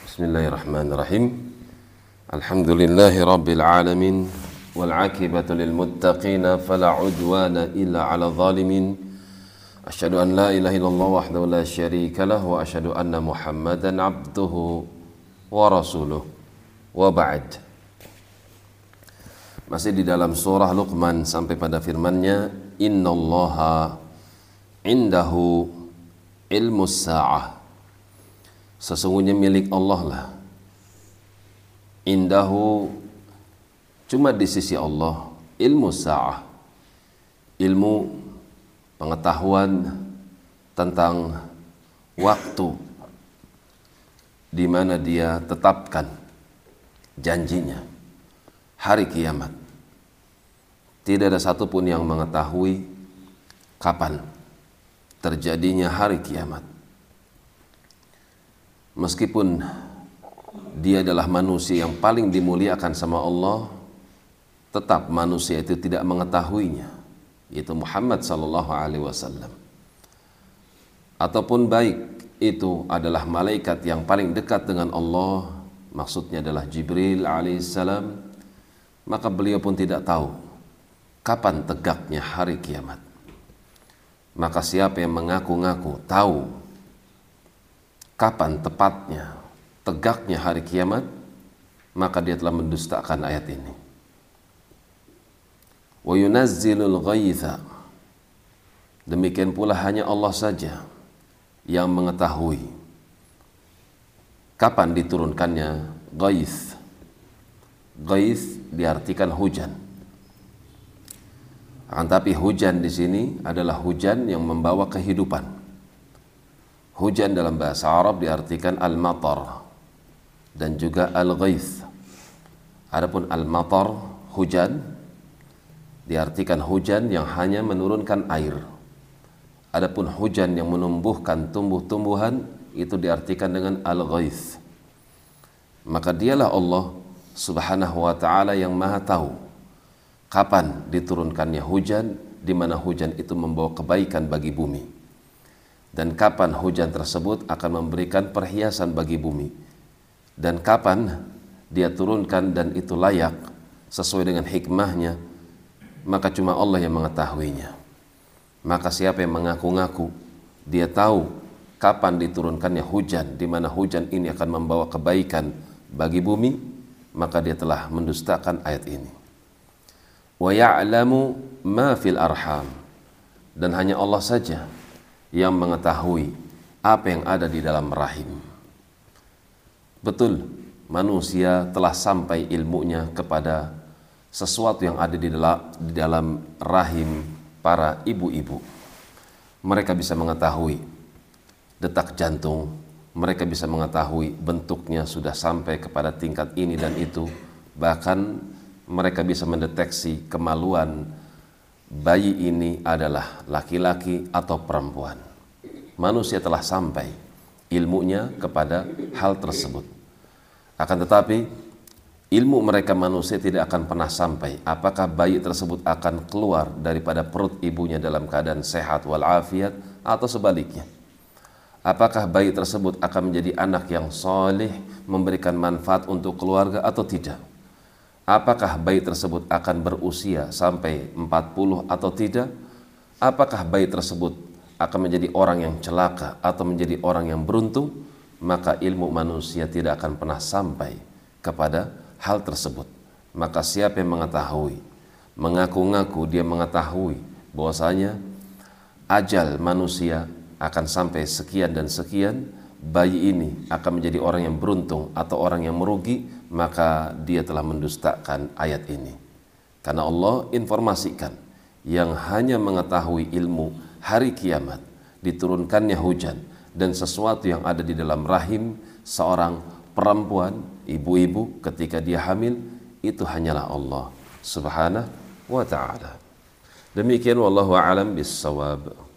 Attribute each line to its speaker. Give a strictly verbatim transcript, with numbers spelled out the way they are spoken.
Speaker 1: Bismillahirrahmanirrahim. Alhamdulillahi rabbil alamin wal aqibatu lil muttaqin fala udwana illa 'alal zalimin. Asyhadu an la ilaha illallah wahdahu la syarika lah wa asyhadu anna Muhammadan 'abduhu wa rasuluh. Wa ba'd. Masih di dalam surah Luqman sampai pada firman-Nya, innallaha indahu ilmus sa'ah. Sesungguhnya milik Allah lah. Indahu, cuma di sisi Allah, ilmu sa'ah, ilmu pengetahuan tentang waktu di mana Dia tetapkan janjinya, hari kiamat. Tidak ada satupun yang mengetahui kapan terjadinya hari kiamat. Meskipun dia adalah manusia yang paling dimuliakan sama Allah, tetap manusia itu tidak mengetahuinya, yaitu Muhammad sallallahu alaihi wasallam. Ataupun baik itu adalah malaikat yang paling dekat dengan Allah, maksudnya adalah Jibril alaihissalam, maka beliau pun tidak tahu kapan tegaknya hari kiamat. Maka siapa yang mengaku-ngaku tahu kapan tepatnya tegaknya hari kiamat, maka dia telah mendustakan ayat ini. Wa yunazzilul ghaitha. Demikian pula hanya Allah saja yang mengetahui kapan diturunkannya ghaith. Ghaith diartikan hujan. Akan tapi hujan di sini adalah hujan yang membawa kehidupan. Hujan dalam bahasa Arab diartikan al-matar dan juga al-ghaith. Adapun al-matar, hujan, diartikan hujan yang hanya menurunkan air. Adapun hujan yang menumbuhkan tumbuh-tumbuhan, itu diartikan dengan al-ghaith. Maka dialah Allah subhanahu wa ta'ala yang maha tahu kapan diturunkannya hujan, di mana hujan itu membawa kebaikan bagi bumi, dan kapan hujan tersebut akan memberikan perhiasan bagi bumi, dan kapan dia turunkan dan itu layak sesuai dengan hikmahnya, maka cuma Allah yang mengetahuinya. Maka siapa yang mengaku-ngaku dia tahu kapan diturunkannya hujan, di mana hujan ini akan membawa kebaikan bagi bumi, maka dia telah mendustakan ayat ini. Wa ya'lamu ma fil arham. Dan hanya Allah saja yang mengetahui apa yang ada di dalam rahim. Betul, manusia telah sampai ilmunya kepada sesuatu yang ada di dalam, di dalam rahim para ibu-ibu. Mereka bisa mengetahui detak jantung, mereka bisa mengetahui bentuknya sudah sampai kepada tingkat ini dan itu. Bahkan mereka bisa mendeteksi kemaluan bayi ini adalah laki-laki atau perempuan. Manusia telah sampai ilmunya kepada hal tersebut. Akan tetapi ilmu mereka manusia tidak akan pernah sampai apakah bayi tersebut akan keluar daripada perut ibunya dalam keadaan sehat walafiat atau sebaliknya. Apakah bayi tersebut akan menjadi anak yang soleh, memberikan manfaat untuk keluarga atau tidak. Apakah bayi tersebut akan berusia sampai empat puluh atau tidak? Apakah bayi tersebut akan menjadi orang yang celaka atau menjadi orang yang beruntung? Maka ilmu manusia tidak akan pernah sampai kepada hal tersebut. Maka siapa yang mengetahui, mengaku-ngaku dia mengetahui bahwasanya ajal manusia akan sampai sekian dan sekian, bayi ini akan menjadi orang yang beruntung atau orang yang merugi, maka dia telah mendustakan ayat ini. Karena Allah informasikan yang hanya mengetahui ilmu hari kiamat, diturunkannya hujan, dan sesuatu yang ada di dalam rahim seorang perempuan, ibu-ibu ketika dia hamil, itu hanyalah Allah subhanahu wa ta'ala. Demikian wallahu a'lam bissawab.